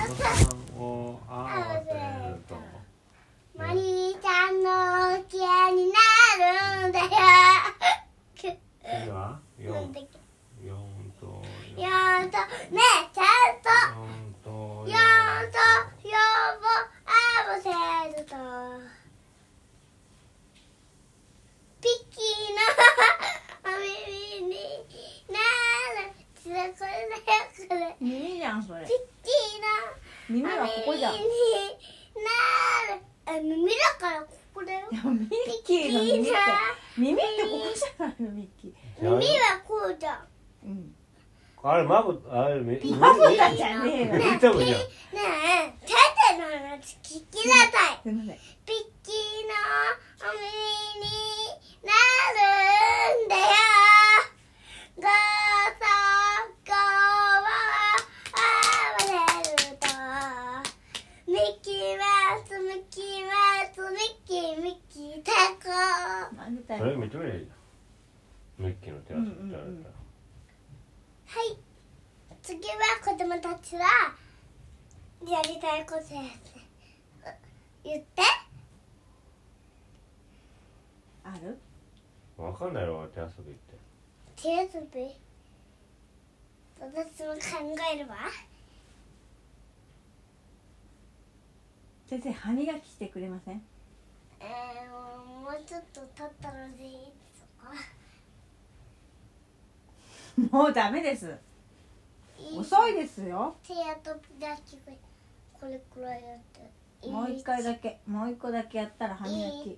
んを合わせるとマリーちゃんのきれいになるんだよ。 次はなんだっけ。 4と 4とねえちゃんと 4と 4と4を合わせるとピッキーのお耳になる。これだよこれ。 耳じゃんそれ。 ピッキーの耳はここじゃん。 耳になる。耳だからここだよ。 でもミッキーの耳ってここじゃないのミッキー。 耳はこうじゃん。 うん。 あれまぶあれめまぶたじゃねえよ。 見たもんじゃん。 ねえ、テテの話聞きなさい。 すみません。 ピッキーのお耳になるんだよ。ゴーソゴーを合わせるとミッキーマウスミッキーマウスミッキーミッキータコ。 なんでだそれよ。 認めりゃいいじゃん。ミッキーの手遊びって言われたら。 はい、次は子供たちはやりたいことです。言って。 ある？ わかんないよ手遊びって。 手遊び私も考えるわ。 先生歯磨きしてくれません？ もうちょっと経ったのでいいですか。 もうダメです。遅いですよ。 手やとだけこれくらいやってもう一回だけ、もう一個だけやったら歯磨き。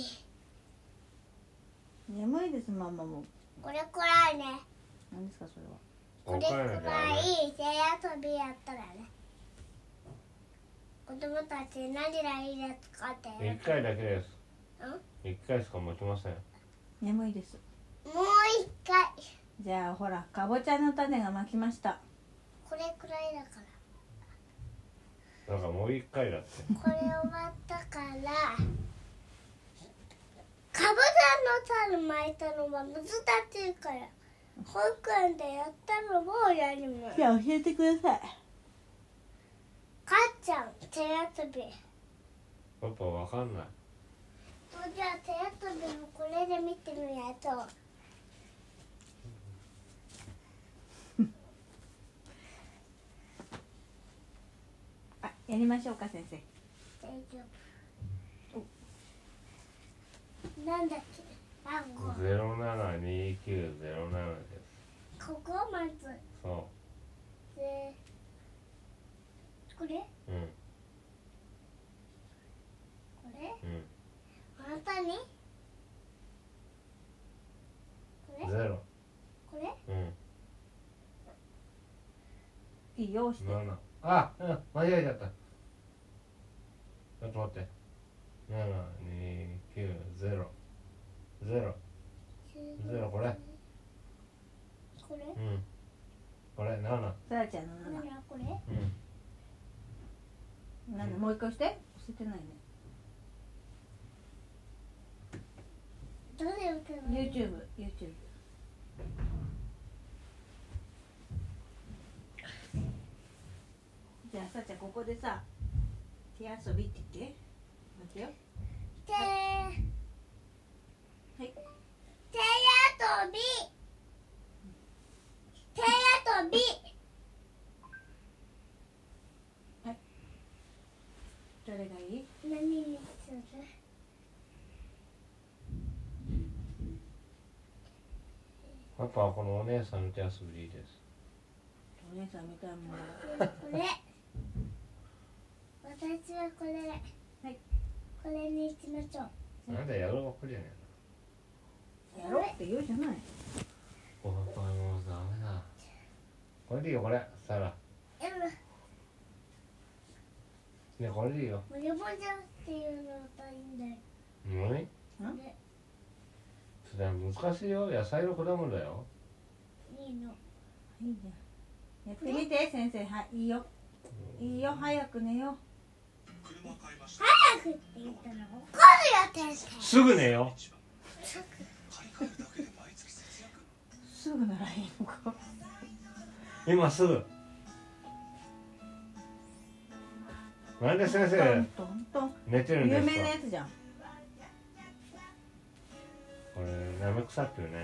眠いですママも。 これくらいね。 何ですかそれは。 これくらい手遊びやったらね。子供たち何がいいですかって。 1回だけです。 うん 1回しか持ちません。 眠いです。 もう一回。 じゃあほらかぼちゃの種が巻きました。 これくらいだから。 なんかもう1回だって。 これ終わったからかぼちゃの種巻いたのは難しいから保育園でやったのもやります。 じゃあ教えてください。 かっちゃん手遊び。 パパわかんない。 じゃあ手遊びもこれで見てみやと。 あ、やりましょうか先生。 大丈夫。なんだっけ番号。 072907です。 ここまず。 そでこれう。うん。 これうん。 本当にこれ 0。 これうん。 いいよ押して。 7。あ、うん、間違えちゃった。ちょっと待って。7290。0。0これ。 これうん。これ7。 さらちゃんのこれうん。 7。もう一回押して。押せてないね。 どれを手の YouTube。じゃあさらちゃんここでさ手遊びって言って。待ってよ。 手はい。 手遊び手遊び。 どれがいい？ 何にする？ パパはこのお姉さんの手遊びでいいです。 お姉さんみたいもん。 これ私はこれ、 はい、 これにしましょう。 なんだやろうばっかりじゃねやろうって言うじゃない。 えパパもうダメだ。これでいいよこれ。さら。ねこれでいいよ。 もじゃもじゃっていうのがいいんだよ。 何？ ね、 それ難しいよ。野菜の果物だよ。 いいの。 いいじゃん。やってみて先生。はい、いいよ。いいよ、早く寝よう。 早くって言ったら怒るよ先生。 すぐ寝よ。 すぐならいいのか。 今すぐ。 なんで先トン生トントン。 寝てるんで有すか。 名なやつじゃん。 これなめくさってるね。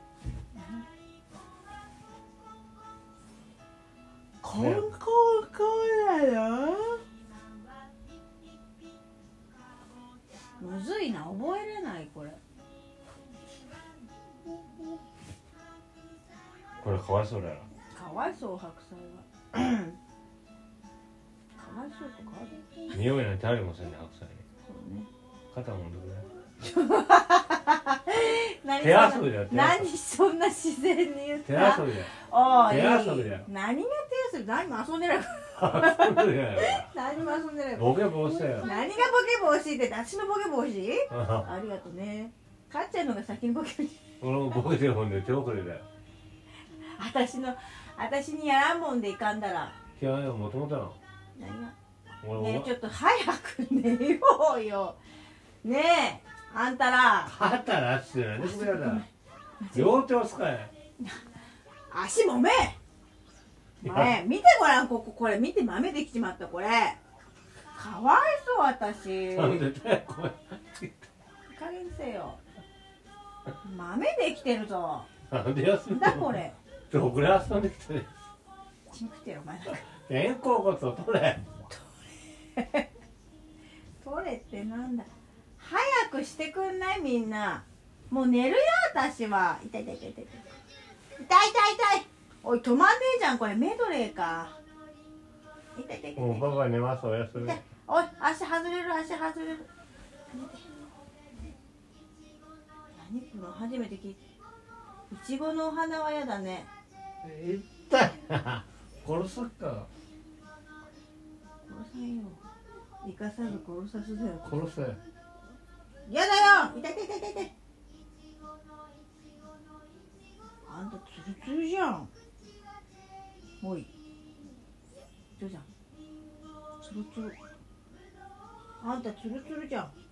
コンコンコンなの？むずいな、覚えれないこれ。 これかわいそうだよ。 かわいそう白菜は。かわいそうとかある？ 匂いなんてありませんね、白菜に。 そうね。 肩もんでくれ。 何手遊びだよ。手遊び何そんな自然に言っ手た？ 遊びだよ。 おい。 手遊びだよ。 何が手遊び？何も遊んでない。 遊んでるやないか。 何も遊んでない。 ボケ防止だよ。 何がボケ防止って私のボケ防止？ありがとうね。かっちゃんのが先にボケる。 俺もボケてるもんで手遅れだよ。 私にやらんもんでいかんだら。 いやいや、もともとなの。 何が？ 俺もねえ、ちょっと早く寝ようよ。ねえ、あんたら。 肩なって何でこれやだ。両手を使え。 足もめ。前見てごらん、これ見て豆できちまったこれ。かわいそう私。 なんで手こうやって。 いい加減にせよ。豆できてるぞ。 なんで休んでなんだこれ。 どこで遊んできてる。 ちんくてよお前なんか。 肩甲骨を取れ。 取れってなんだ。早くしてくんないみんな。もう寝るよ私は。痛い痛い痛い痛い痛い。痛い痛い痛い。おい止まんねえじゃんこれメドレーか。痛い痛い痛い。 もうパパ寝ます、おやすみ。 おい足外れる足外れる。何この初めて聞いた。いちごのお花はやだね。 痛いな。殺すか。 殺さんよ。生かさず殺さずだよ。 殺せ。 やだよ。痛い痛い痛い痛い。あんたツルツルじゃん。おい。ジョーちゃん。ツルツル。あんたツルツルじゃん。